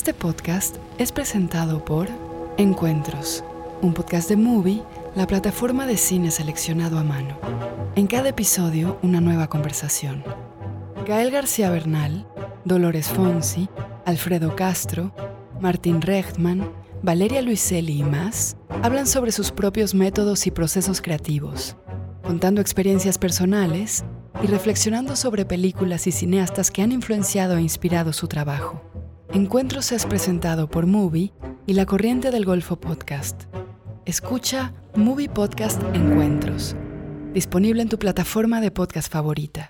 Este podcast es presentado por Encuentros, un podcast de Movie, la plataforma de cine seleccionado a mano. En cada episodio, una nueva conversación. Gael García Bernal, Dolores Fonsi, Alfredo Castro, Martín Rechtman, Valeria Luiselli y más hablan sobre sus propios métodos y procesos creativos, contando experiencias personales y reflexionando sobre películas y cineastas que han influenciado e inspirado su trabajo. Encuentros es presentado por Movie y La Corriente del Golfo Podcast. Escucha Movie Podcast Encuentros, disponible en tu plataforma de podcast favorita.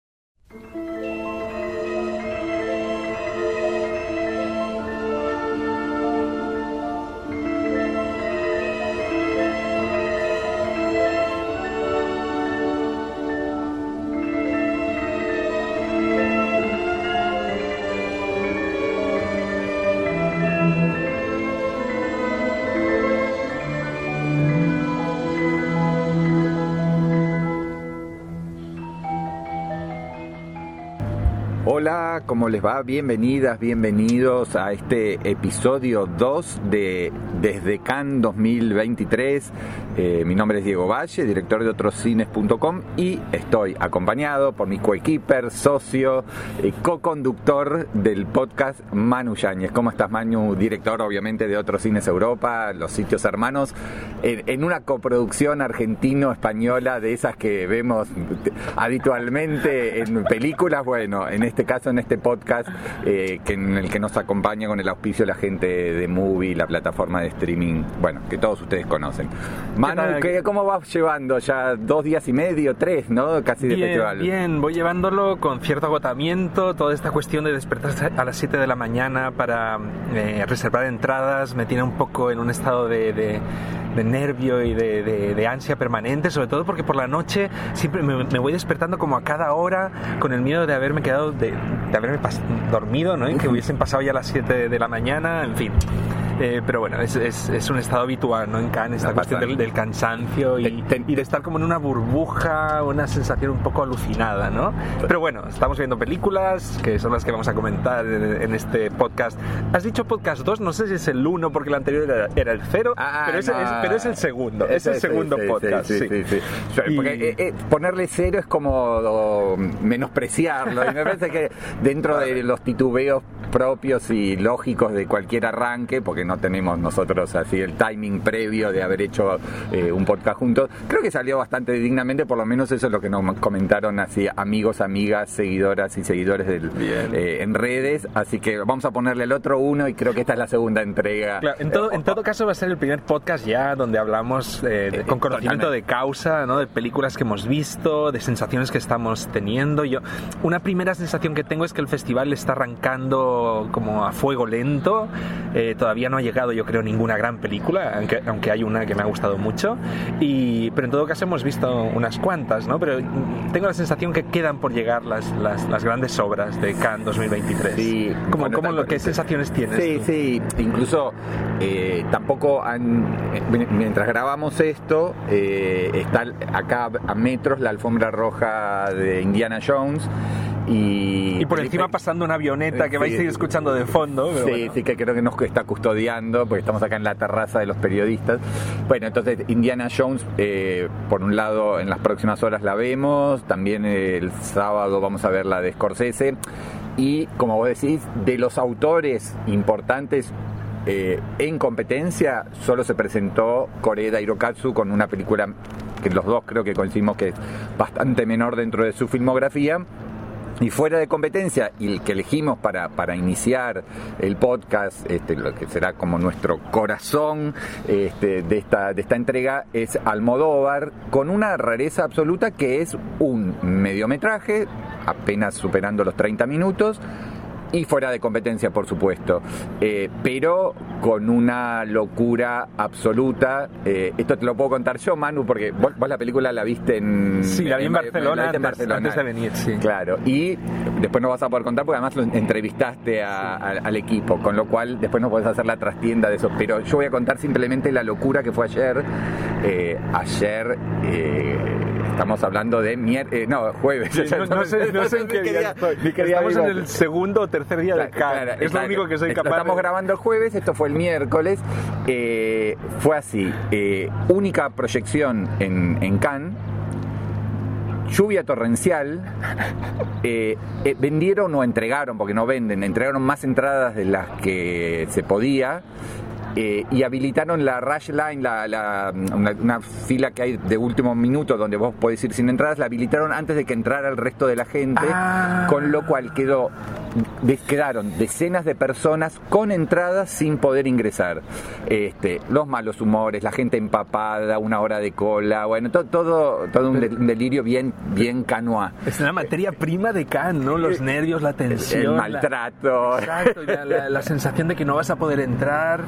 Hola, ¿cómo les va? Bienvenidas, bienvenidos a este episodio 2 de Desde Cannes 2023. Mi nombre es Diego Valle, director de otroscines.com, y estoy acompañado por mi coequiper, socio, co-conductor del podcast, Manu Yáñez. ¿Cómo estás, Manu? Director, obviamente, de Otros Cines Europa, los sitios hermanos, en una coproducción argentino-española de esas que vemos habitualmente en películas. Bueno, en este caso, en este podcast, en el que nos acompaña con el auspicio la gente de Movie, la plataforma de streaming, bueno, que todos ustedes conocen. Manu, ¿cómo vas llevando? Ya 2 días y medio, 3, ¿no? Casi de festival. Bien, voy llevándolo con cierto agotamiento. Toda esta cuestión de despertarse a las 7 de la mañana para reservar entradas me tiene un poco en un estado de nervio y de ansia permanente, sobre todo porque por la noche siempre me voy despertando como a cada hora con el miedo de haberme quedado, de haberme dormido, ¿no? Y que hubiesen pasado ya las 7 de la mañana, en fin. Pero bueno, es un estado habitual, ¿no? En Cannes, esta cuestión del cansancio y de estar como en una burbuja, una sensación un poco alucinada, ¿no? Pero bueno, estamos viendo películas, que son las que vamos a comentar en este podcast. Has dicho podcast 2, no sé si es el 1 porque el anterior era el 0, pero es el segundo, es el segundo podcast. Sí. Porque ponerle 0 es como menospreciarlo, y me parece que dentro de los titubeos propios y lógicos de cualquier arranque, porque no tenemos nosotros así el timing previo de haber hecho un podcast juntos, creo que salió bastante dignamente, por lo menos eso es lo que nos comentaron así amigos, amigas, seguidoras y seguidores en redes, así que vamos a ponerle el otro 1 y creo que esta es la segunda entrega. Claro, en todo caso va a ser el primer podcast ya donde hablamos con conocimiento de causa, ¿no? De películas que hemos visto, de sensaciones que estamos teniendo. Una primera sensación que tengo es que el festival está arrancando como a fuego lento. Todavía no ha llegado, yo creo, ninguna gran película, aunque hay una que me ha gustado mucho, pero en todo caso hemos visto unas cuantas, ¿no? Pero tengo la sensación que quedan por llegar las grandes obras de Cannes 2023. Sí, ¿qué sensaciones tienes? Sí, incluso tampoco mientras grabamos esto, está acá a metros la alfombra roja de Indiana Jones. Y por encima pasando una avioneta que vais a ir escuchando de fondo. Sí, que creo que nos está custodiando, porque estamos acá en la terraza de los periodistas. Bueno, entonces Indiana Jones, por un lado, en las próximas horas la vemos. También el sábado vamos a ver la de Scorsese. Y, como vos decís, de los autores importantes en competencia, solo se presentó Koreeda Hirokatsu con una película que los dos creo que coincidimos que es bastante menor dentro de su filmografía. Y fuera de competencia, y el que elegimos para iniciar el podcast, lo que será como nuestro corazón de esta entrega, es Almodóvar, con una rareza absoluta que es un mediometraje, apenas superando los 30 minutos, y fuera de competencia, por supuesto, pero con una locura absoluta. Esto te lo puedo contar yo, Manu, porque vos la película la viste en... Sí, la vi en Barcelona, antes de venir, sí. Claro, y después nos vas a poder contar, porque además lo entrevistaste al equipo, con lo cual después nos podés hacer la trastienda de eso, pero yo voy a contar simplemente la locura que fue ayer. estamos hablando de jueves. No sé en qué día estoy. Estamos en el segundo o tercer día de Cannes. Es lo único que soy capaz de... Estamos grabando el jueves, esto fue el miércoles. Fue así. Única proyección en Cannes. Lluvia torrencial. Vendieron o entregaron, porque no venden, entregaron más entradas de las que se podía. Y habilitaron la Rush Line, una fila que hay de último minuto donde vos podés ir sin entradas, la habilitaron antes de que entrara el resto de la gente, con lo cual quedaron decenas de personas con entradas sin poder ingresar. Los malos humores, la gente empapada, una hora de cola, bueno, todo un delirio bien canois. Es una materia prima de Cannes, ¿no? Los nervios, la tensión, el maltrato. Exacto, la sensación de que no vas a poder entrar.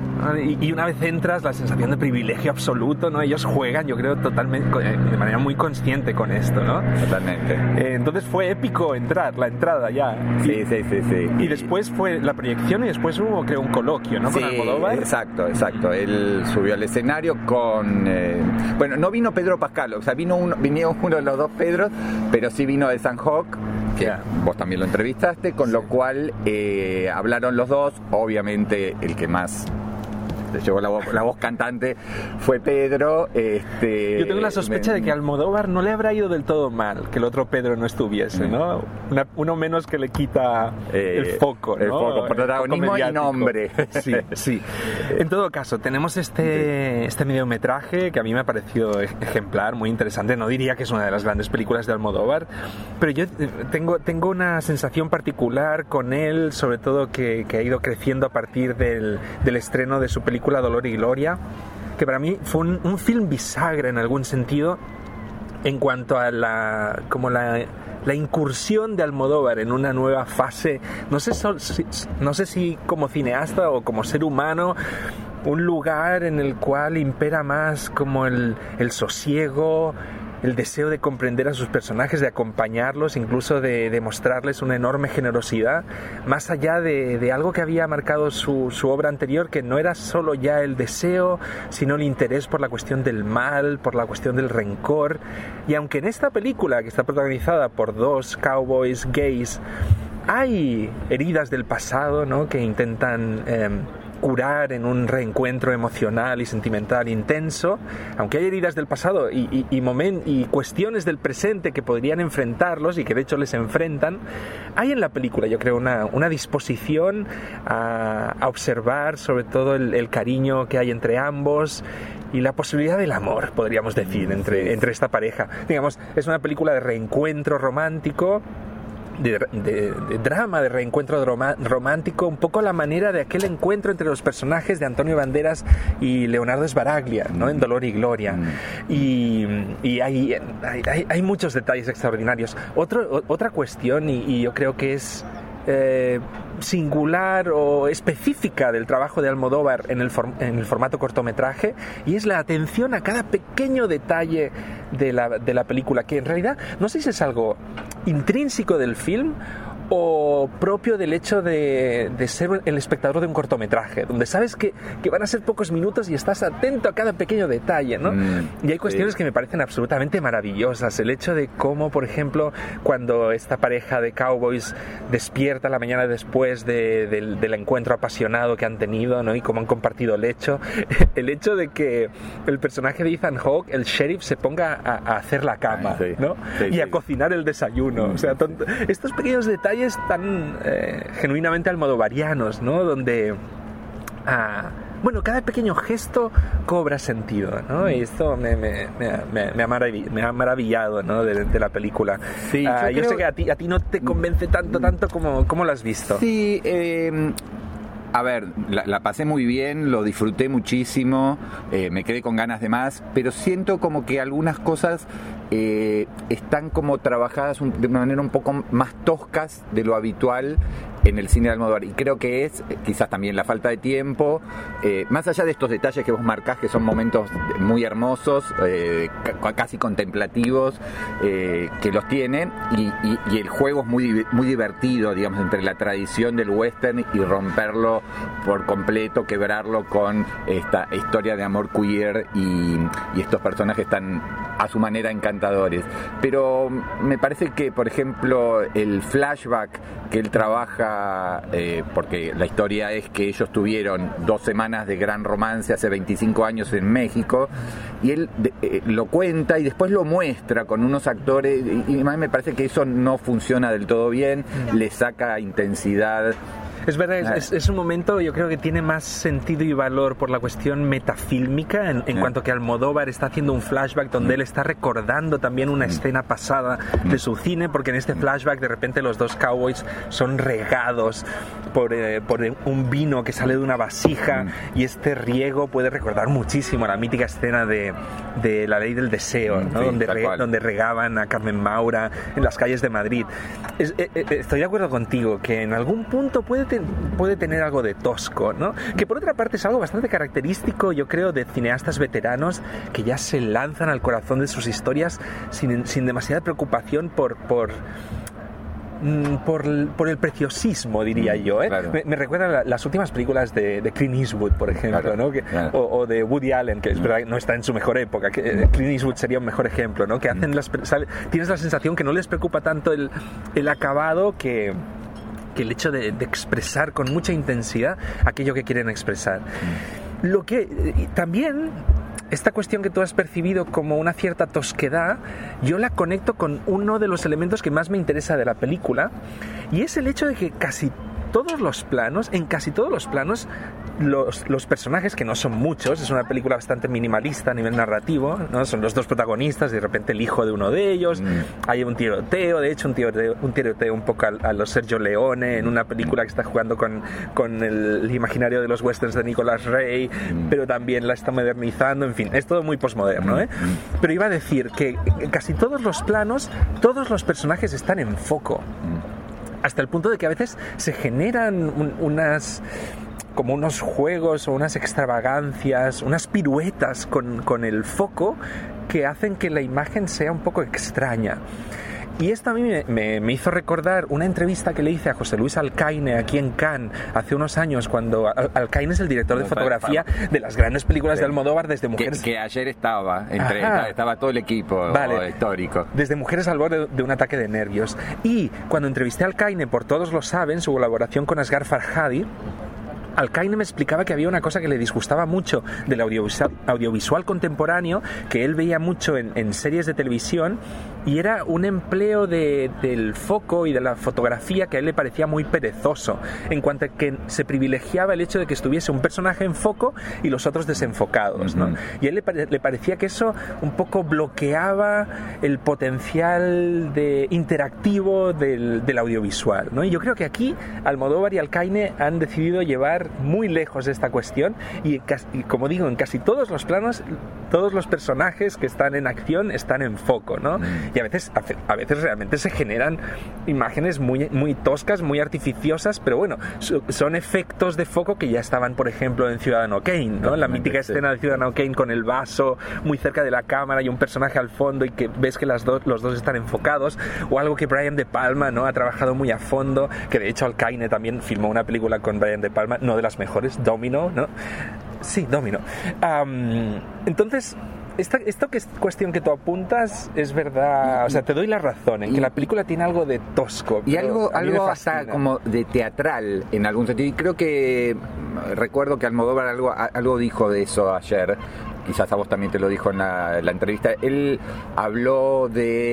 Y una vez entras, la sensación de privilegio absoluto, ¿no? Ellos juegan, yo creo, totalmente, de manera muy consciente con esto, ¿no? Totalmente. Entonces fue épico la entrada ya. Sí. Y después fue la proyección y después hubo, creo, un coloquio, ¿no? Con Almodóvar. Exacto. Él subió al escenario con... bueno, no vino Pedro Pascal, o sea, vino uno de los dos Pedros, pero sí vino de Sanjok, que vos también lo entrevistaste, con lo cual hablaron los dos, obviamente el que más... llegó la voz cantante fue Pedro. Yo tengo la sospecha de que a Almodóvar no le habrá ido del todo mal que el otro Pedro no estuviese, ¿no? Uno menos que le quita el foco, ¿no? El foco, protagonismo y nombre. Sí. En todo caso, tenemos este mediometraje que a mí me ha parecido ejemplar, muy interesante. No diría que es una de las grandes películas de Almodóvar, pero yo tengo una sensación particular con él, sobre todo que ha ido creciendo a partir del estreno de su película Dolor y Gloria, que para mí fue un film bisagra en algún sentido en cuanto a la incursión de Almodóvar en una nueva fase, no sé si como cineasta o como ser humano, un lugar en el cual impera más como el sosiego, el deseo de comprender a sus personajes, de acompañarlos, incluso de mostrarles una enorme generosidad, más allá de algo que había marcado su obra anterior, que no era solo ya el deseo, sino el interés por la cuestión del mal, por la cuestión del rencor. Y aunque en esta película, que está protagonizada por dos cowboys gays, hay heridas del pasado, ¿no?, que intentan curar en un reencuentro emocional y sentimental intenso, aunque hay heridas del pasado y cuestiones del presente que podrían enfrentarlos y que de hecho les enfrentan, hay en la película, yo creo, una disposición a observar sobre todo el cariño que hay entre ambos y la posibilidad del amor, podríamos decir, entre esta pareja. Digamos, es una película de reencuentro romántico, de drama, de reencuentro romántico, un poco a la manera de aquel encuentro entre los personajes de Antonio Banderas y Leonardo Sbaraglia, ¿no?, en Dolor y Gloria. Y hay muchos detalles extraordinarios. Otra cuestión, y yo creo que es singular o específica del trabajo de Almodóvar en el formato cortometraje, y es la atención a cada pequeño detalle de la película, que en realidad no sé si es algo intrínseco del film o propio del hecho de ser el espectador de un cortometraje, donde sabes que van a ser pocos minutos y estás atento a cada pequeño detalle, ¿no? Y hay cuestiones que me parecen absolutamente maravillosas. El hecho de cómo, por ejemplo, cuando esta pareja de cowboys despierta la mañana después del encuentro apasionado que han tenido, ¿no?, y cómo han compartido el hecho de que el personaje de Ethan Hawke, el sheriff, se ponga a hacer la cama, ¿no? Y a cocinar el desayuno. O sea, estos pequeños detalles tan genuinamente almodovarianos, ¿no?, donde cada pequeño gesto cobra sentido, ¿no? Y esto me ha maravillado, ¿no?, de la película. Sí, yo sé que a ti no te convence tanto como lo has visto. Sí, a ver, la pasé muy bien, lo disfruté muchísimo, me quedé con ganas de más, pero siento como que algunas cosas están como trabajadas de una manera un poco más toscas de lo habitual en el cine de Almodóvar, y creo que es quizás también la falta de tiempo, más allá de estos detalles que vos marcás, que son momentos muy hermosos, casi contemplativos, que los tienen, y el juego es muy divertido, digamos, entre la tradición del western y romperlo por completo, quebrarlo con esta historia de amor queer y estos personajes tan a su manera encantadores. Pero me parece que, por ejemplo, el flashback que él trabaja, porque la historia es que ellos tuvieron 2 semanas de gran romance hace 25 años en México, y él lo cuenta y después lo muestra con unos actores, y a mí me parece que eso no funciona del todo bien, le saca intensidad. Es verdad, es un momento, yo creo que tiene más sentido y valor por la cuestión metafílmica, en cuanto que Almodóvar está haciendo un flashback donde él está recordando también una escena pasada de su cine, porque en este flashback de repente los 2 cowboys son regados por un vino que sale de una vasija, y este riego puede recordar muchísimo a la mítica escena de La Ley del Deseo, ¿no? Sí, donde regaban a Carmen Maura en las calles de Madrid. Estoy de acuerdo contigo que en algún punto puede tener algo de tosco, ¿no? Que por otra parte es algo bastante característico, yo creo, de cineastas veteranos que ya se lanzan al corazón de sus historias sin demasiada preocupación por el preciosismo, diría yo, ¿eh? Claro. Me recuerda las últimas películas de Clint Eastwood, por ejemplo, claro, ¿no? O de Woody Allen, que es verdad que no está en su mejor época, que Clint Eastwood sería un mejor ejemplo, ¿no? Que hacen tienes la sensación que no les preocupa tanto el acabado que el hecho de expresar con mucha intensidad aquello que quieren expresar. Lo que también, esta cuestión que tú has percibido como una cierta tosquedad, yo la conecto con uno de los elementos que más me interesa de la película, y es el hecho de que en casi todos los planos, los personajes, que no son muchos, es una película bastante minimalista a nivel narrativo, ¿no? Son los 2 protagonistas, de repente el hijo de uno de ellos, hay un tiroteo, de hecho un tiroteo un poco a los Sergio Leone, en una película que está jugando con el imaginario de los westerns de Nicolas Ray, pero también la está modernizando, en fin, es todo muy postmoderno, ¿eh? Pero iba a decir que en casi todos los planos, todos los personajes están en foco, hasta el punto de que a veces se generan como unos juegos o unas extravagancias, unas piruetas con el foco que hacen que la imagen sea un poco extraña. Y esto a mí me hizo recordar una entrevista que le hice a José Luis Alcaine aquí en Cannes hace unos años, cuando Alcaine es el director de fotografía de las grandes películas de Almodóvar, desde Mujeres... Que ayer estaba todo el equipo histórico. Desde Mujeres al borde de un ataque de nervios. Y cuando entrevisté a Alcaine por Todos lo saben, su colaboración con Asghar Farhadi, Alcaine me explicaba que había una cosa que le disgustaba mucho del audiovisual contemporáneo, que él veía mucho en series de televisión, y era un empleo del foco y de la fotografía que a él le parecía muy perezoso, en cuanto a que se privilegiaba el hecho de que estuviese un personaje en foco y los otros desenfocados, ¿no? Y a él le parecía que eso un poco bloqueaba el potencial interactivo del audiovisual, ¿no? Y yo creo que aquí Almodóvar y Alcaine han decidido llevar muy lejos esta cuestión, y como digo, en casi todos los planos, todos los personajes que están en acción están en foco, ¿no? Y a veces realmente se generan imágenes muy toscas, muy artificiosas, pero bueno, son efectos de foco que ya estaban, por ejemplo, en Ciudadano Kane, ¿no? La mítica escena de Ciudadano Kane con el vaso muy cerca de la cámara y un personaje al fondo, y que ves que los dos están enfocados, o algo que Brian De Palma, ¿no? Ha trabajado muy a fondo, que de hecho Alcaine también filmó una película con Brian De Palma, no de las mejores, Domino, ¿no? Sí, Domino. Entonces, esto que es cuestión que tú apuntas es verdad, o sea, te doy la razón en que la película tiene algo de tosco y algo hasta como de teatral en algún sentido, y creo que recuerdo que Almodóvar algo dijo de eso ayer, quizás a vos también te lo dijo en la entrevista. Él habló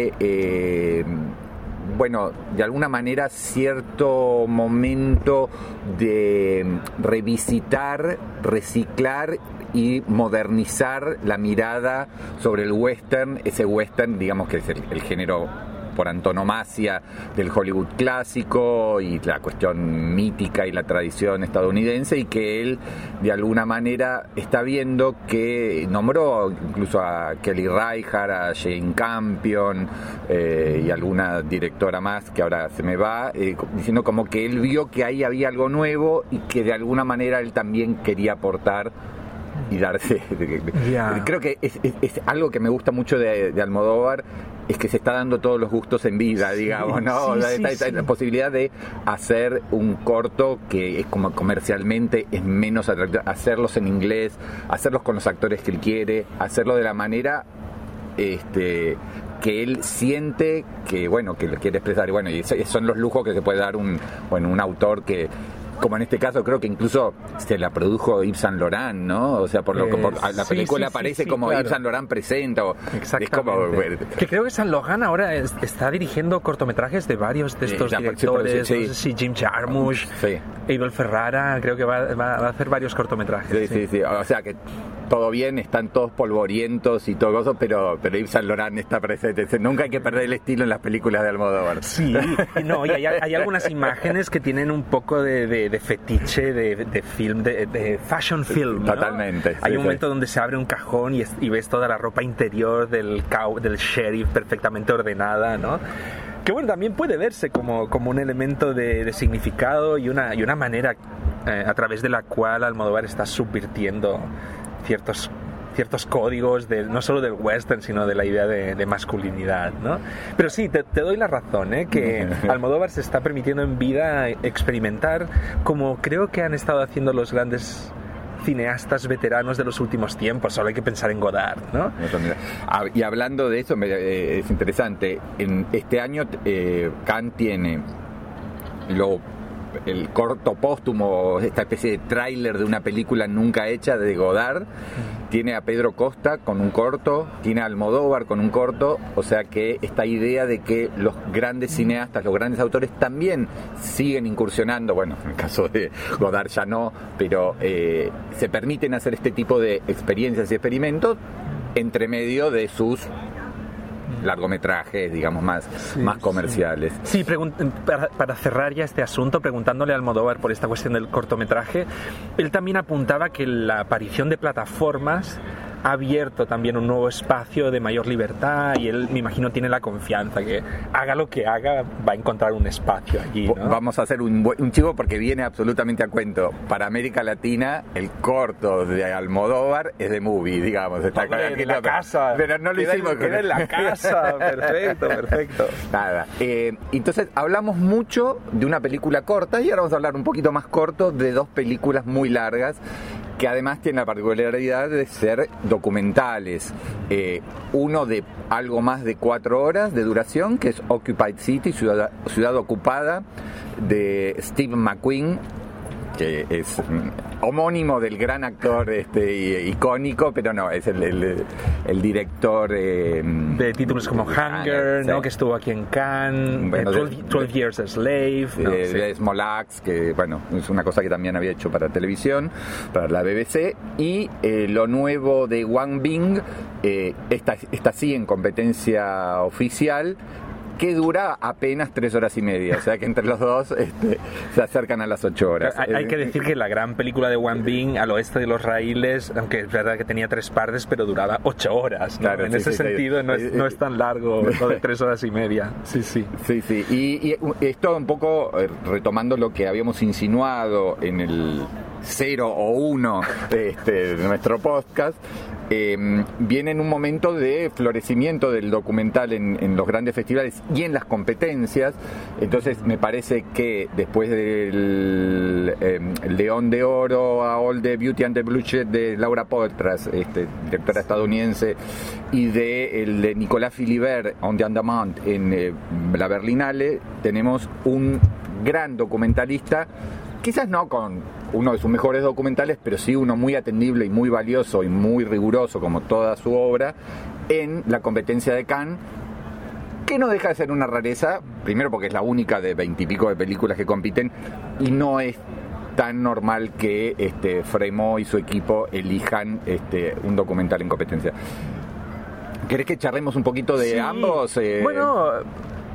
de bueno, de alguna manera cierto momento de revisitar, reciclar y modernizar la mirada sobre el western, ese western, digamos, que es el género por antonomasia del Hollywood clásico y la cuestión mítica y la tradición estadounidense, y que él de alguna manera está viendo que nombró incluso a Kelly Reichardt, a Jane Campion y alguna directora más que ahora se me va, diciendo como que él vio que ahí había algo nuevo y que de alguna manera él también quería aportar y darse. Creo que es algo que me gusta mucho de Almodóvar, es que se está dando todos los gustos en vida, digamos, ¿no? La posibilidad de hacer un corto que es como comercialmente es menos atractivo, hacerlos en inglés, hacerlos con los actores que él quiere, hacerlo de la manera que él siente que, bueno, que lo quiere expresar. Y bueno, y son los lujos que se puede dar un autor que, como en este caso, creo que incluso se la produjo Yves Saint Laurent, ¿no? O sea, por la película aparece como claro. Yves Saint Laurent presenta. Es como, que creo que Saint Laurent ahora está dirigiendo cortometrajes de varios de estos directores. No sé si Jim Jarmusch, Abel Ferrara, creo que va a hacer varios cortometrajes. Sí. O sea que todo bien, están todos polvorientos y todo eso, pero Yves Saint Laurent está presente. Nunca hay que perder el estilo en las películas de Almodóvar. Sí, no, y hay algunas imágenes que tienen un poco de fetiche de film, de fashion film, ¿no? Totalmente. Hay un momento donde se abre un cajón y ves toda la ropa interior del sheriff perfectamente ordenada, ¿no? Que bueno, también puede verse como un elemento de significado y una manera a través de la cual Almodóvar está subvirtiendo ciertos códigos no solo del western, sino de la idea de masculinidad, ¿no? Pero sí, te doy la razón, que Almodóvar se está permitiendo en vida experimentar como creo que han estado haciendo los grandes cineastas veteranos de los últimos tiempos. Solo hay que pensar en Godard, ¿no? Y hablando de eso, es interesante. En este año Cannes tiene el corto póstumo, esta especie de tráiler de una película nunca hecha de Godard. Tiene a Pedro Costa con un corto, tiene a Almodóvar con un corto, o sea que esta idea de que los grandes cineastas, los grandes autores también siguen incursionando, bueno, en el caso de Godard ya no, pero se permiten hacer este tipo de experiencias y experimentos entre medio de sus largometrajes, digamos, más comerciales. Sí, para cerrar ya este asunto, preguntándole a Almodóvar por esta cuestión del cortometraje, él también apuntaba que la aparición de plataformas ha abierto también un nuevo espacio de mayor libertad, y él, me imagino, tiene la confianza que haga lo que haga, va a encontrar un espacio allí, ¿no? Vamos a hacer un chivo porque viene absolutamente a cuento. Para América Latina, el corto de Almodóvar es de Movie, digamos. Está en la casa. Pero no lo hicimos. Queda en la casa. Perfecto. Nada. Entonces, hablamos mucho de una película corta y ahora vamos a hablar un poquito más corto de dos películas muy largas que además tienen la particularidad de ser documentales. Uno de algo más de 4 horas de duración, que es Occupied City, Ciudad Ocupada, de Steve McQueen, que es homónimo del gran actor icónico, pero no, es el director de títulos como Hunger, ¿no? Que estuvo aquí en Cannes, bueno, 12 Years a Slave, de Small Axe, que bueno, es una cosa que también había hecho para televisión, para la BBC, y lo nuevo de Wang Bing, está sí en competencia oficial, que dura apenas 3 horas y media, o sea que entre los dos se acercan a las 8 horas. Hay que decir que la gran película de Wang Bing, Al oeste de los raíles, aunque es verdad que tenía 3 partes, pero duraba 8 horas, ¿no? Claro, en ese sentido no es tan largo lo de 3 horas y media. Sí. Y esto un poco retomando lo que habíamos insinuado en el 0 o 1 de nuestro podcast, viene en un momento de florecimiento del documental en los grandes festivales y en las competencias. Entonces me parece que después del León de Oro a All the Beauty and the Bloodshed de Laura Poitras, directora estadounidense, y de Nicolas Philibert, On the Andaman, en la Berlinale, tenemos un gran documentalista, quizás no con uno de sus mejores documentales, pero sí uno muy atendible y muy valioso y muy riguroso, como toda su obra, en la competencia de Cannes, que no deja de ser una rareza, primero porque es la única de 20 y pico de películas que compiten, y no es tan normal que Frémaux y su equipo elijan un documental en competencia. ¿Querés que charlemos un poquito de ambos? Bueno,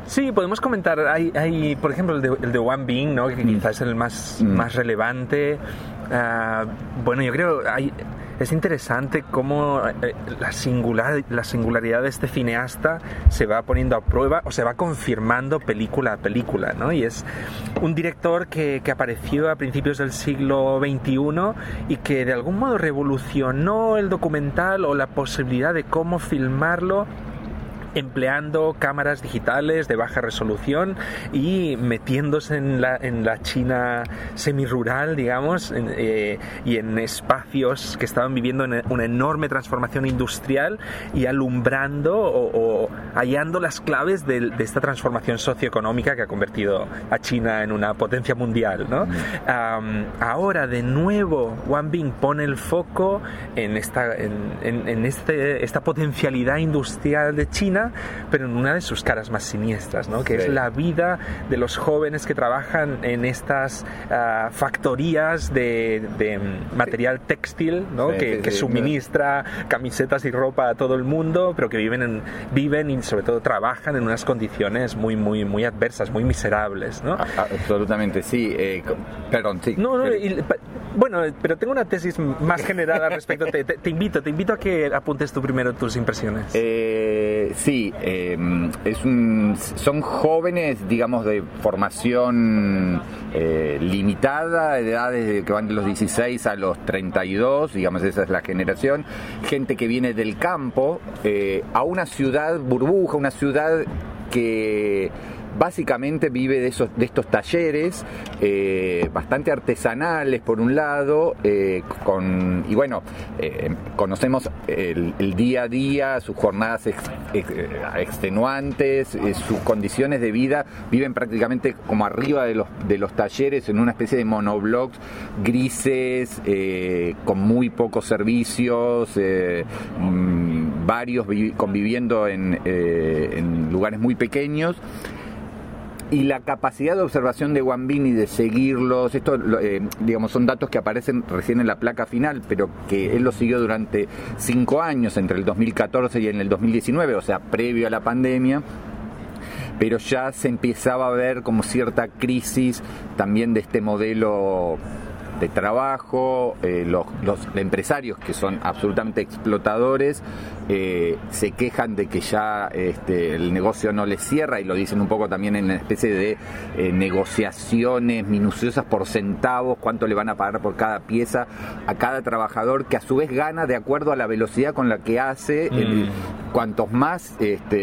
Sí, podemos comentar. Hay por ejemplo, el de One Being, ¿no? Que quizás es el más relevante. Bueno, yo creo es interesante cómo la singularidad de este cineasta se va poniendo a prueba o se va confirmando película a película, ¿no? Y es un director que apareció a principios del siglo XXI y que de algún modo revolucionó el documental o la posibilidad de cómo filmarlo, empleando cámaras digitales de baja resolución y metiéndose en la China semirural, digamos, y en espacios que estaban viviendo una enorme transformación industrial y alumbrando o hallando las claves de esta transformación socioeconómica que ha convertido a China en una potencia mundial, ¿no? Ahora, de nuevo, Wang Bing pone el foco en esta potencialidad industrial de China, pero en una de sus caras más siniestras, ¿no? Que es la vida de los jóvenes que trabajan en estas factorías de material textil, ¿no? Que suministra camisetas y ropa a todo el mundo, pero que viven y sobre todo trabajan en unas condiciones muy, muy, muy adversas, muy miserables, ¿no? Absolutamente, sí. Perdón, sí. Bueno, pero tengo una tesis más general al respecto. Te invito a que apuntes tú primero tus impresiones. Sí, son jóvenes, digamos, de formación limitada, de edades que van de los 16 a los 32, digamos, esa es la generación. Gente que viene del campo a una ciudad burbuja, una ciudad que básicamente vive de estos talleres bastante artesanales por un lado, conocemos el día a día, sus jornadas extenuantes, sus condiciones de vida. Viven prácticamente como arriba de los talleres, en una especie de monoblocks grises, con muy pocos servicios, varios conviviendo en lugares muy pequeños. Y la capacidad de observación de Wang Bing y de seguirlos, esto digamos, son datos que aparecen recién en la placa final, pero que él los siguió durante 5 años, entre el 2014 y en el 2019, o sea, previo a la pandemia. Pero ya se empezaba a ver como cierta crisis también de este modelo de trabajo. Los empresarios, que son absolutamente explotadores, se quejan de que ya el negocio no les cierra, y lo dicen un poco también en una especie de negociaciones minuciosas por centavos, cuánto le van a pagar por cada pieza a cada trabajador, que a su vez gana de acuerdo a la velocidad con la que hace. Cuantos más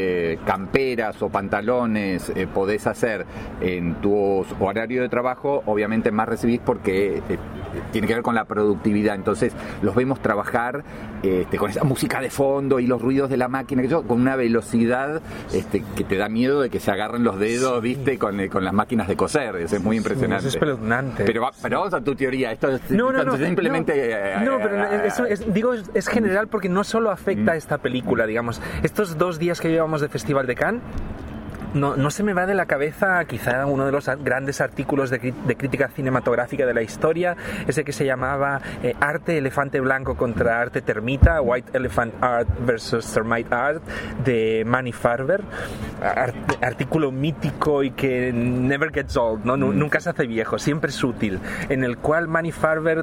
camperas o pantalones podés hacer en tu horario de trabajo, obviamente más recibís, porque tiene que ver con la productividad. Entonces los vemos trabajar con esa música de fondo y los ruidos de la máquina, con una velocidad que te da miedo de que se agarren los dedos, ¿viste? Con las máquinas de coser. Eso es muy impresionante. Es espeluznante. Pero vamos a tu teoría. Esto es simplemente... Digo, es general, porque no solo afecta a esta película, digamos. Estos 2 días que llevamos de Festival de Cannes, no se me va de la cabeza quizá uno de los grandes artículos de crítica cinematográfica de la historia, ese que se llamaba Arte elefante blanco contra arte termita, White Elephant Art versus Termite Art, de Manny Farber. Artículo mítico y que never gets old, ¿no? Nunca se hace viejo, siempre es útil, en el cual Manny Farber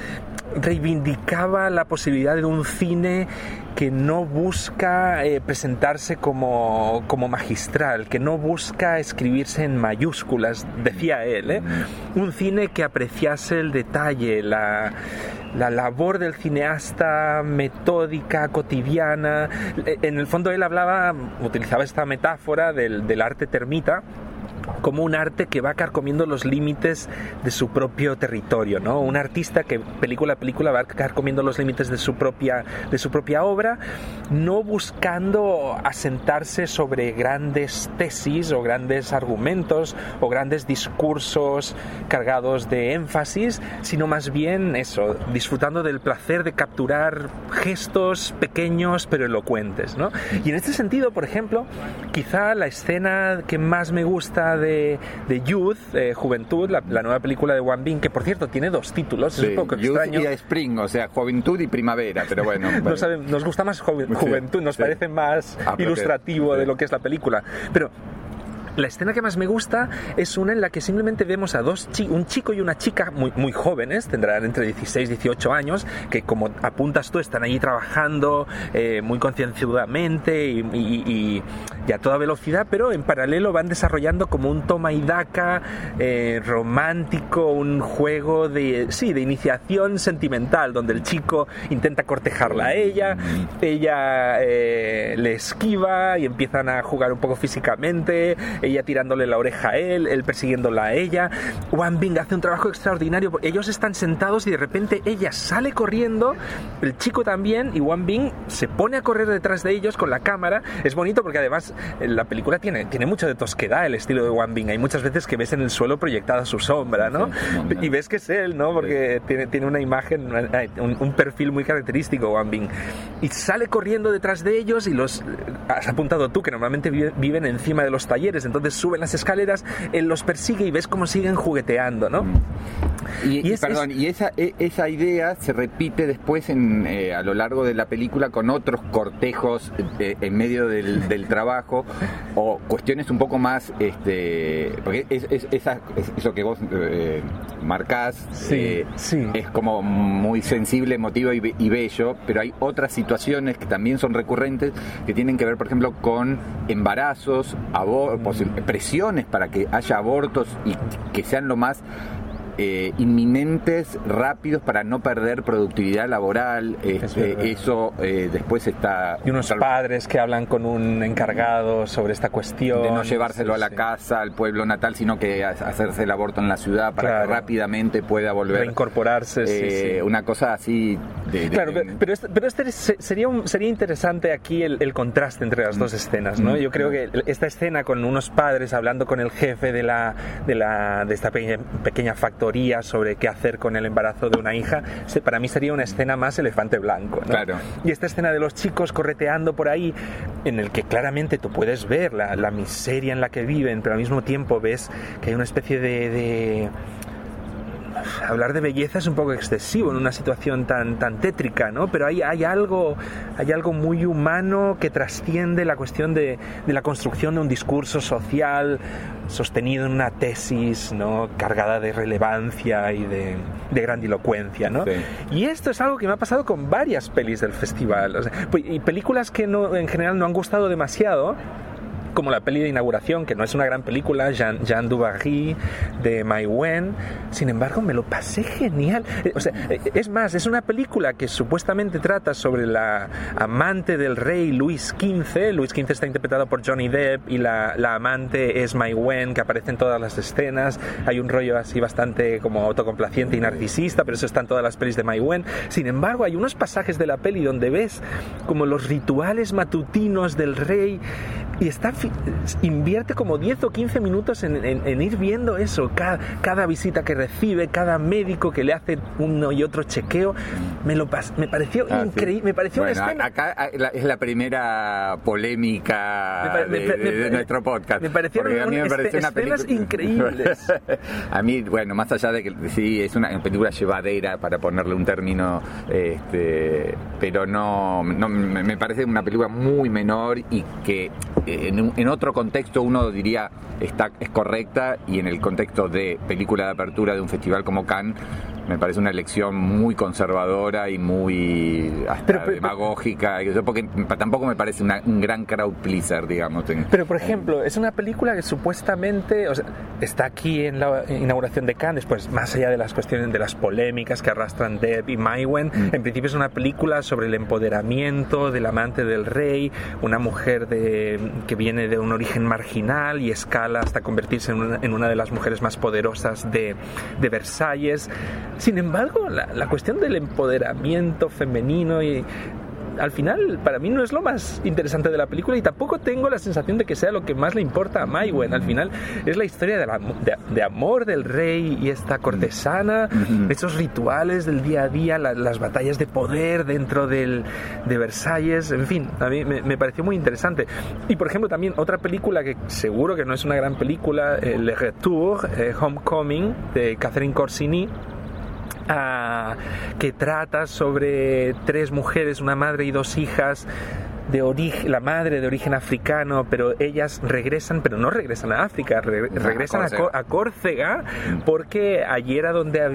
reivindicaba la posibilidad de un cine que no busca presentarse como magistral, que no busca escribirse en mayúsculas, decía él, un cine que apreciase el detalle, la labor del cineasta metódica, cotidiana. En el fondo él utilizaba esta metáfora del arte termita como un arte que va carcomiendo los límites de su propio territorio, ¿no? Un artista que película a película va carcomiendo los límites de su propia obra, no buscando asentarse sobre grandes tesis o grandes argumentos o grandes discursos cargados de énfasis, sino más bien eso, disfrutando del placer de capturar gestos pequeños pero elocuentes, ¿no? Y en este sentido, por ejemplo, quizá la escena que más me gusta de Youth, Juventud, la nueva película de Wang Bing, que por cierto tiene 2 títulos, es un poco Youth extraño. Y Spring, o sea, Juventud y Primavera, pero bueno. Nos gusta más Juventud, nos parece más ilustrativo de lo que es la película. Pero la escena que más me gusta es una en la que simplemente vemos a un chico y una chica muy, muy jóvenes, tendrán entre 16 y 18 años, que como apuntas tú, están allí trabajando muy concienzudamente y a toda velocidad, pero en paralelo van desarrollando como un toma y daca romántico, un juego de iniciación sentimental, donde el chico intenta cortejarla a ella le esquiva y empiezan a jugar un poco físicamente, ella tirándole la oreja a él persiguiéndola a ella. Wang Bing hace un trabajo extraordinario, ellos están sentados y de repente ella sale corriendo, el chico también, y Wang Bing se pone a correr detrás de ellos con la cámara. Es bonito porque además la película tiene mucho de tosquedad, el estilo de Wang Bing. Hay muchas veces que ves en el suelo proyectada su sombra, ¿no? Sí, y ves que es él, ¿no? Porque tiene una imagen, un perfil muy característico, Wang Bing. Y sale corriendo detrás de ellos y has apuntado tú que normalmente viven encima de los talleres, entonces suben las escaleras, él los persigue y ves cómo siguen jugueteando, ¿no? Y esa idea se repite después a lo largo de la película con otros cortejos en medio del trabajo, o cuestiones un poco más porque eso que vos marcás es como muy sensible, emotivo y bello, pero hay otras situaciones que también son recurrentes, que tienen que ver, por ejemplo, con embarazos, presiones para que haya abortos y que sean lo más inminentes, rápidos, para no perder productividad laboral. Eso después está... Y unos padres que hablan con un encargado sobre esta cuestión. De no llevárselo a la casa, al pueblo natal, sino que hacerse el aborto en la ciudad para que rápidamente pueda volver. Reincorporarse. Una cosa así pero sería interesante aquí el contraste entre las dos escenas, ¿no? Yo creo que esta escena con unos padres hablando con el jefe de esta pequeña factoría sobre qué hacer con el embarazo de una hija, para mí sería una escena más elefante blanco, ¿no? Claro. Y esta escena de los chicos correteando por ahí, en el que claramente tú puedes ver la miseria en la que viven, pero al mismo tiempo ves que hay una especie de hablar de belleza es un poco excesivo en una situación tan tétrica, ¿no? Pero hay algo muy humano que trasciende la cuestión de la construcción de un discurso social sostenido en una tesis, ¿no? Cargada de relevancia y de grandilocuencia, ¿no? Sí. Y esto es algo que me ha pasado con varias pelis del festival, y películas que en general no han gustado demasiado, como la peli de inauguración, que no es una gran película, Jean du Barry, de Mai Wen. Sin embargo, me lo pasé genial. Es más, es una película que supuestamente trata sobre la amante del rey Luis XV. Luis XV está interpretado por Johnny Depp y la amante es Mai Wen, que aparece en todas las escenas. Hay un rollo así bastante como autocomplaciente y narcisista, pero eso está en todas las pelis de Mai Wen. Sin embargo, hay unos pasajes de la peli donde ves como los rituales matutinos del rey, y invierte como 10 o 15 minutos en ir viendo eso, cada visita que recibe, cada médico que le hace uno y otro chequeo. Me pareció increíble, me pareció una escena. Acá es la primera polémica de nuestro podcast. Me parecieron a mí me pareció una escenas increíbles. A mí, bueno, más allá de que sí, es una película llevadera, para ponerle un término, pero no me parece una película muy menor y que en otro contexto uno diría es correcta, y en el contexto de película de apertura de un festival como Cannes me parece una elección muy conservadora y muy demagógica, porque tampoco me parece un gran crowd pleaser, digamos. Pero por ejemplo, es una película que supuestamente, está aquí en la inauguración de Cannes, después, más allá de las cuestiones de las polémicas que arrastran Depp y Mai Wen, en principio es una película sobre el empoderamiento del amante del rey, una mujer que viene de un origen marginal y escala hasta convertirse en una de las mujeres más poderosas de Versalles. Sin embargo, la cuestión del empoderamiento femenino al final para mí no es lo más interesante de la película, y tampoco tengo la sensación de que sea lo que más le importa a Mai Wen. Al final es la historia de amor del rey y esta cortesana, esos rituales del día a día, las batallas de poder dentro de Versalles. En fin, a mí me pareció muy interesante. Y por ejemplo también otra película que seguro que no es una gran película, Le Retour, Homecoming, de Catherine Corsini, que trata sobre 3 mujeres, una madre y 2 hijas, la madre de origen africano, pero ellas regresan, pero no regresan a África, regresan a Córcega, porque allí era donde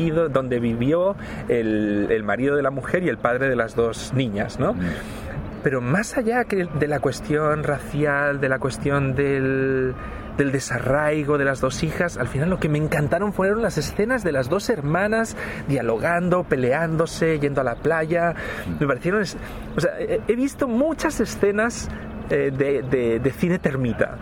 vivió el marido de la mujer y el padre de las dos niñas, ¿no? Pero más allá de la cuestión racial, de la cuestión del desarraigo de las dos hijas, al final lo que me encantaron fueron las escenas de las dos hermanas dialogando, peleándose, yendo a la playa. Me parecieron... O sea, he visto muchas escenas de cine termita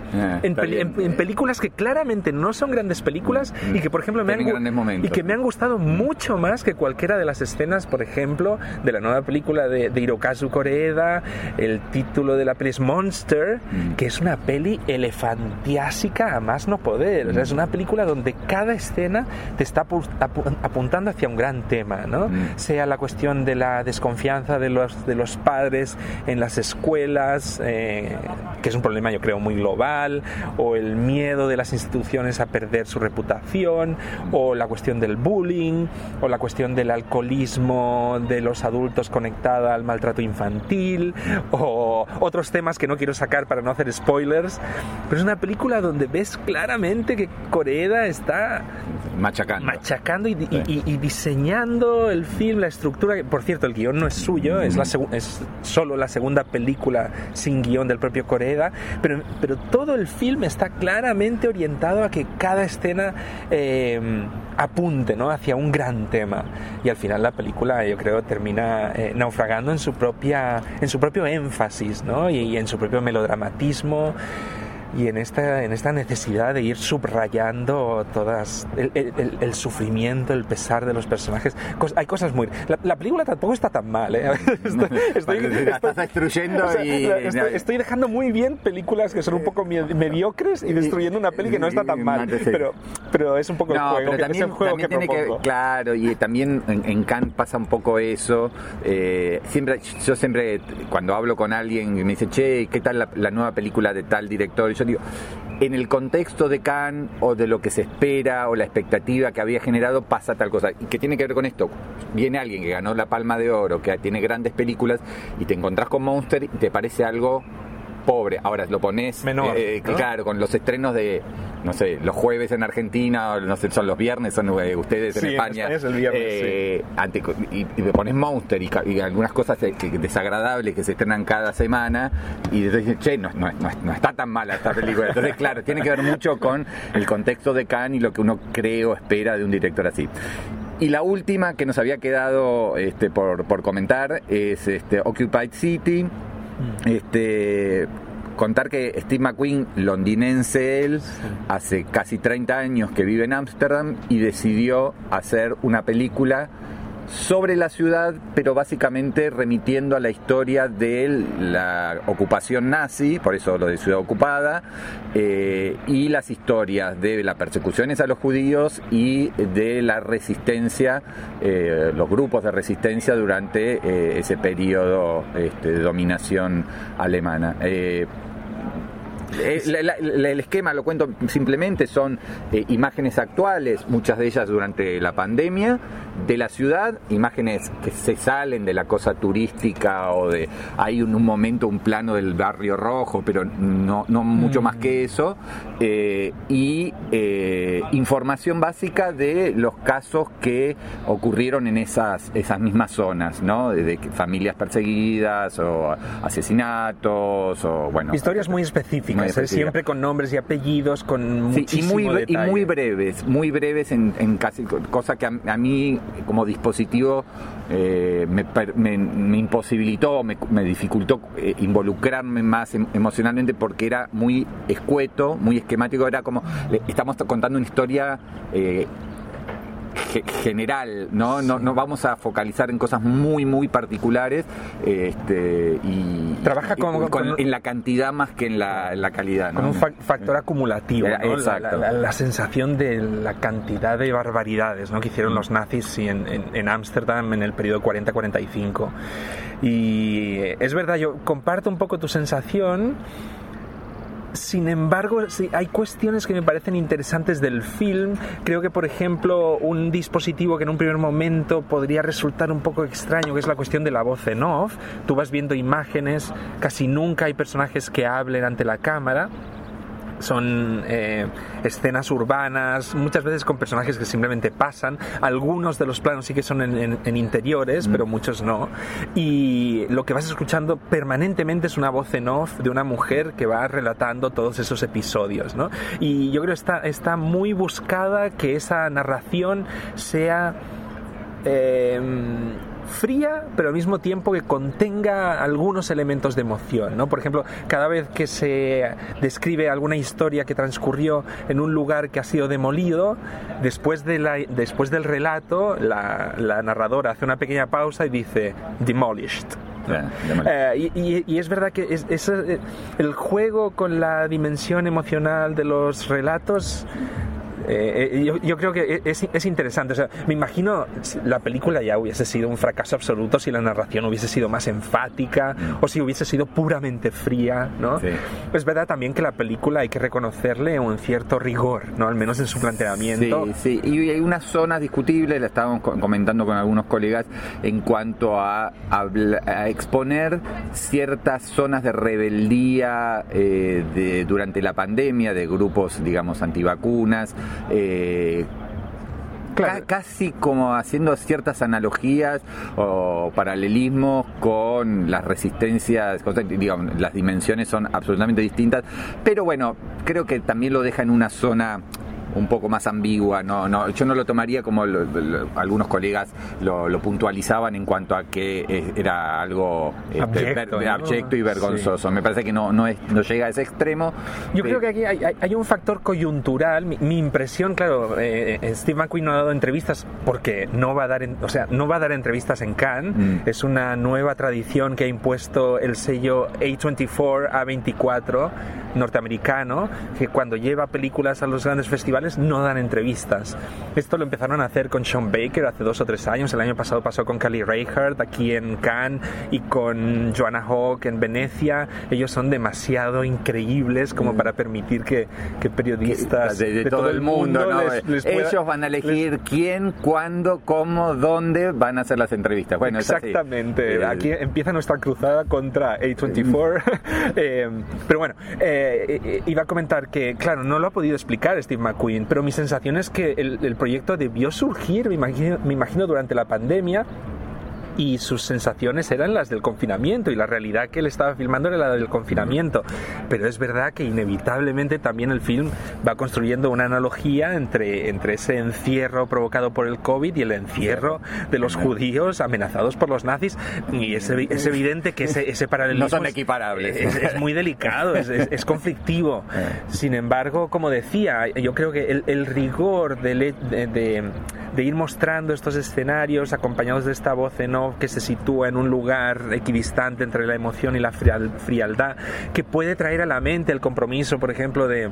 en películas que claramente no son grandes películas y que por ejemplo me han gustado mucho más que cualquiera de las escenas, por ejemplo, de la nueva película de Hirokazu Koreeda. El título de la peli es Monster, que es una peli elefantiásica a más no poder. O sea, es una película donde cada escena te está apuntando hacia un gran tema, ¿no? Sea la cuestión de la desconfianza de los padres en las escuelas, que es un problema yo creo muy global, o el miedo de las instituciones a perder su reputación, o la cuestión del bullying, o la cuestión del alcoholismo de los adultos conectada al maltrato infantil, o otros temas que no quiero sacar para no hacer spoilers. Pero es una película donde ves claramente que Koreeda está machacando y diseñando el film, la estructura. Por cierto, el guión no es suyo, es solo la segunda película sin guión del propio Koreeda, pero todo el film está claramente orientado a que cada escena apunte, ¿no?, hacia un gran tema, y al final la película yo creo termina naufragando en su propio énfasis, ¿no?, y en su propio melodramatismo, y en esta necesidad de ir subrayando todas el sufrimiento, el pesar de los personajes. Hay cosas muy... La película tampoco está tan mal, ¿eh? Estás destruyendo, o sea, estoy dejando muy bien películas que son un poco mediocres y destruyendo una peli que no está tan mal, pero es un poco el juego, pero también, es el juego también que tiene propongo. Claro, y también en Cannes pasa un poco eso. Yo siempre cuando hablo con alguien y me dice, che, ¿qué tal la nueva película de tal director? Y yo digo, en el contexto de Cannes o de lo que se espera o la expectativa que había generado, pasa tal cosa. ¿Y qué tiene que ver con esto? Viene alguien que ganó la Palma de Oro, que tiene grandes películas, y te encontrás con Monster y te parece algo pobre. Ahora lo pones menor, ¿no? Claro, con los estrenos de, no sé, los jueves en Argentina, o no sé, son los viernes, son ustedes en España. Es el viernes, y le pones Monster y algunas cosas desagradables que se estrenan cada semana, y entonces dices, che, no está tan mala esta película. Entonces, claro, tiene que ver mucho con el contexto de Cannes y lo que uno cree o espera de un director así. Y la última que nos había quedado por comentar es Occupied City. Contar que Steve McQueen, londinense él, hace casi 30 años que vive en Ámsterdam y decidió hacer una película sobre la ciudad, pero básicamente remitiendo a la historia de la ocupación nazi, por eso lo de ciudad ocupada, y las historias de las persecuciones a los judíos y de la resistencia, los grupos de resistencia durante ese periodo de dominación alemana. El esquema, lo cuento simplemente, son imágenes actuales, muchas de ellas durante la pandemia, de la ciudad, imágenes que se salen de la cosa turística o de... Hay un momento, un plano del barrio rojo, pero no mucho más que eso, y información básica de los casos que ocurrieron en esas mismas zonas, ¿no? De familias perseguidas o asesinatos o, bueno... Historias muy específicas. Siempre con nombres y apellidos, con muchísimo detalle. Y muy breves en casi, cosa que a mí como dispositivo me imposibilitó, me dificultó involucrarme más emocionalmente, porque era muy escueto, muy esquemático. Era como, estamos contando una historia general, ¿no? No vamos a focalizar en cosas muy particulares, y trabaja en la cantidad más que en la calidad, ¿no? Con un factor acumulativo, ¿no? Exacto. La sensación de la cantidad de barbaridades, ¿no?, que hicieron los nazis en Ámsterdam en el periodo 40-45. Y es verdad, yo comparto un poco tu sensación, Sin embargo, sí, hay cuestiones que me parecen interesantes del film. Creo que, por ejemplo, un dispositivo que en un primer momento podría resultar un poco extraño, que es la cuestión de la voz en off. Tú vas viendo imágenes, casi nunca hay personajes que hablen ante la cámara. Son escenas urbanas, muchas veces con personajes que simplemente pasan. Algunos de los planos sí que son en interiores, pero muchos no. Y lo que vas escuchando permanentemente es una voz en off de una mujer que va relatando todos esos episodios, ¿no? Y yo creo que está muy buscada que esa narración sea fría, pero al mismo tiempo que contenga algunos elementos de emoción, ¿no? Por ejemplo, cada vez que se describe alguna historia que transcurrió en un lugar que ha sido demolido, después del relato, la narradora hace una pequeña pausa y dice "demolished". Y es verdad que el juego con la dimensión emocional de los relatos. Yo creo que es interesante. O sea, me imagino la película ya hubiese sido un fracaso absoluto si la narración hubiese sido más enfática o si hubiese sido puramente fría, ¿no? Sí. Es verdad también que la película hay que reconocerle un cierto rigor, ¿no? Al menos en su planteamiento. Sí, y hay unas zonas discutibles, la estábamos comentando con algunos colegas, en cuanto a exponer ciertas zonas de rebeldía durante la pandemia de grupos, digamos, antivacunas. Claro. Casi como haciendo ciertas analogías o paralelismos con las resistencias, digamos, las dimensiones son absolutamente distintas, pero bueno, creo que también lo deja en una zona un poco más ambigua. No, yo no lo tomaría como algunos colegas lo puntualizaban en cuanto a que era algo abyecto y vergonzoso. Sí. Me parece que no llega a ese extremo. Yo creo que aquí hay un factor coyuntural. Mi impresión, claro, Steve McQueen no ha dado entrevistas porque no va a dar entrevistas en Cannes. Es una nueva tradición que ha impuesto el sello A24 norteamericano, que cuando lleva películas a los grandes festivales no dan entrevistas. Esto lo empezaron a hacer con Sean Baker hace 2 o 3 años. El año pasado pasó con Kelly Reichardt aquí en Cannes y con Joanna Hawke en Venecia. Ellos son demasiado increíbles como para permitir que periodistas de todo el mundo ¿no? Ellos van a elegir quién, cuándo, cómo, dónde van a hacer las entrevistas. Bueno, exactamente. Aquí empieza nuestra cruzada contra A24. Pero bueno, iba a comentar que, claro, no lo ha podido explicar Steve McQueen, pero mi sensación es que el proyecto debió surgir, me imagino, durante la pandemia, y sus sensaciones eran las del confinamiento y la realidad que él estaba filmando era la del confinamiento. Pero es verdad que inevitablemente también el film va construyendo una analogía entre ese encierro provocado por el COVID y el encierro de los judíos amenazados por los nazis, y es evidente que ese paralelismo no son equiparables. Es muy delicado, es conflictivo. Sin embargo, como decía, yo creo que el rigor de ir mostrando estos escenarios acompañados de esta voz en off que se sitúa en un lugar equidistante entre la emoción y la frialdad, que puede traer a la mente el compromiso, por ejemplo, de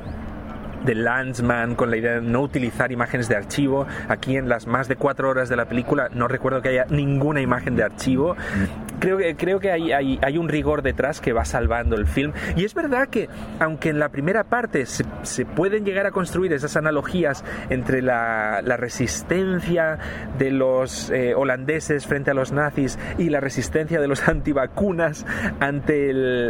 Landsman con la idea de no utilizar imágenes de archivo. Aquí en las más de 4 horas de la película no recuerdo que haya ninguna imagen de archivo. Creo que hay un rigor detrás que va salvando el film. Y es verdad que aunque en la primera parte se pueden llegar a construir esas analogías entre la resistencia de los holandeses frente a los nazis y la resistencia de los antivacunas ante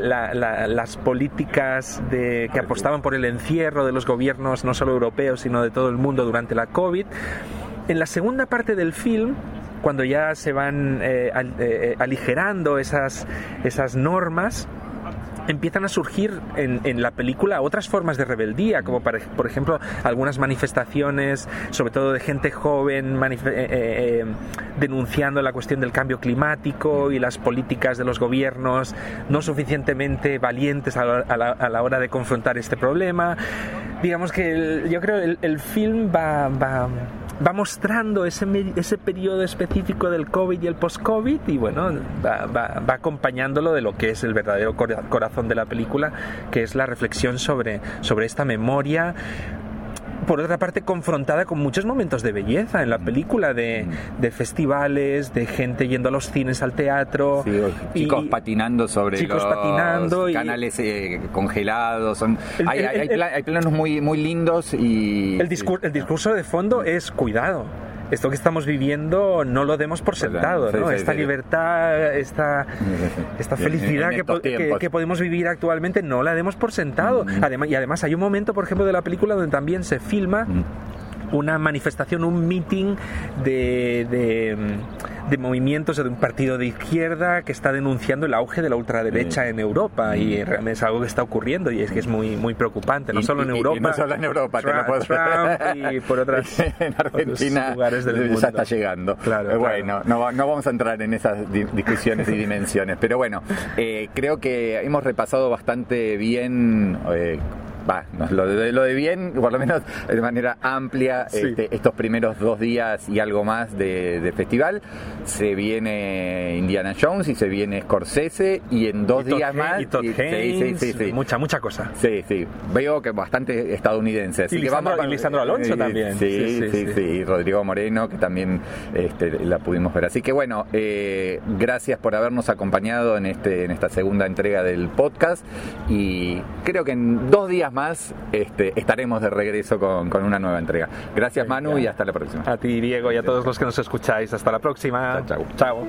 las políticas que apostaban por el encierro de los gobiernos no solo europeos sino de todo el mundo durante la COVID, en la segunda parte del film, cuando ya se van aligerando esas normas, empiezan a surgir en la película otras formas de rebeldía, como por ejemplo algunas manifestaciones, sobre todo de gente joven, denunciando la cuestión del cambio climático y las políticas de los gobiernos no suficientemente valientes a la hora de confrontar este problema. Digamos que yo creo que el film va mostrando ese periodo específico del COVID y el post-COVID, y bueno, va acompañándolo de lo que es el verdadero corazón de la película, que es la reflexión sobre esta memoria por otra parte confrontada con muchos momentos de belleza en la película, de festivales, de gente yendo a los cines, al teatro, chicos patinando sobre los canales congelados. Hay planos muy, muy lindos y el discurso de fondo es cuidado. Esto que estamos viviendo no lo demos por sentado, ¿no? Esta libertad, esta felicidad que podemos vivir actualmente, no la demos por sentado. Además hay un momento, por ejemplo, de la película donde también se filma una manifestación, un meeting de movimientos de un partido de izquierda que está denunciando el auge de la ultraderecha en Europa, y realmente es algo que está ocurriendo y es que es muy, muy preocupante, no solo en Europa. No solo en Europa, Trump y por en Argentina lugares del mundo. Ya está llegando. Claro. No vamos a entrar en esas discusiones y dimensiones, pero bueno, creo que hemos repasado bastante bien lo de bien, por lo menos de manera amplia, estos primeros 2 días y algo más de festival. Se viene Indiana Jones y se viene Scorsese, y en 2 días más y Todd Haynes, mucha cosa. Sí, veo que bastante estadounidense, así y que Lisandro Alonso también. Sí, Rodrigo Moreno, que también la pudimos ver. Así que bueno, gracias por habernos acompañado en esta segunda entrega del podcast, y creo que en 2 días más estaremos de regreso con una nueva entrega. Gracias, Manu, y hasta la próxima. A ti, Diego, y a todos los que nos escucháis. Hasta la próxima. Chao.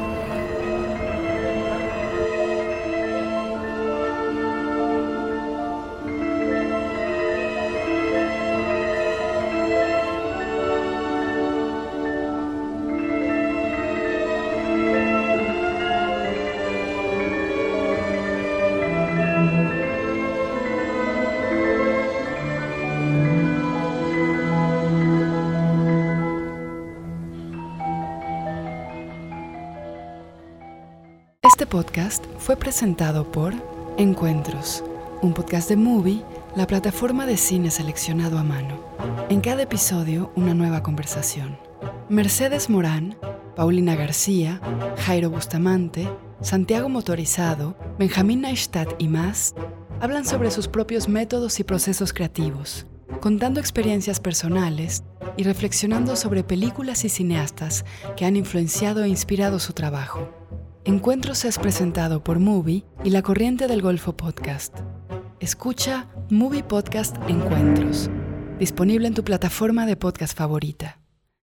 Este podcast fue presentado por Encuentros, un podcast de Movie, la plataforma de cine seleccionado a mano. En cada episodio, una nueva conversación. Mercedes Morán, Paulina García, Jairo Bustamante, Santiago Motorizado, Benjamín Neistat y más hablan sobre sus propios métodos y procesos creativos, contando experiencias personales y reflexionando sobre películas y cineastas que han influenciado e inspirado su trabajo. Encuentros es presentado por Movie y La Corriente del Golfo Podcast. Escucha Movie Podcast Encuentros, disponible en tu plataforma de podcast favorita.